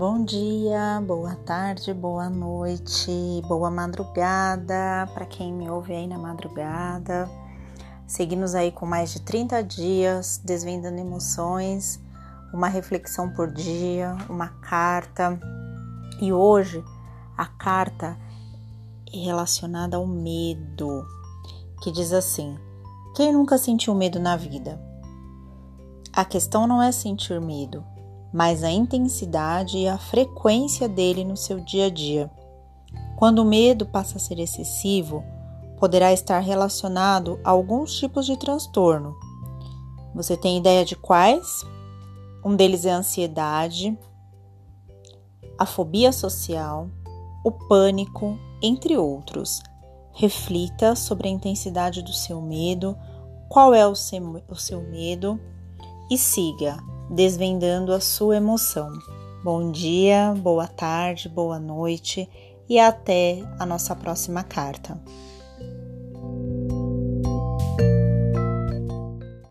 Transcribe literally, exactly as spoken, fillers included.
Bom dia, boa tarde, boa noite, boa madrugada para quem me ouve aí na madrugada. Seguimos aí com mais de trinta dias desvendando emoções, uma reflexão por dia, uma carta. E hoje a carta é relacionada ao medo, que diz assim: quem nunca sentiu medo na vida? A questão não é sentir medo, mas a intensidade e a frequência dele no seu dia a dia. Quando o medo passa a ser excessivo, poderá estar relacionado a alguns tipos de transtorno. Você tem ideia de quais? Um deles é a ansiedade, a fobia social, o pânico, entre outros. Reflita sobre a intensidade do seu medo, qual é o seu, o seu medo e siga desvendando a sua emoção. Bom dia, boa tarde, boa noite e até a nossa próxima carta.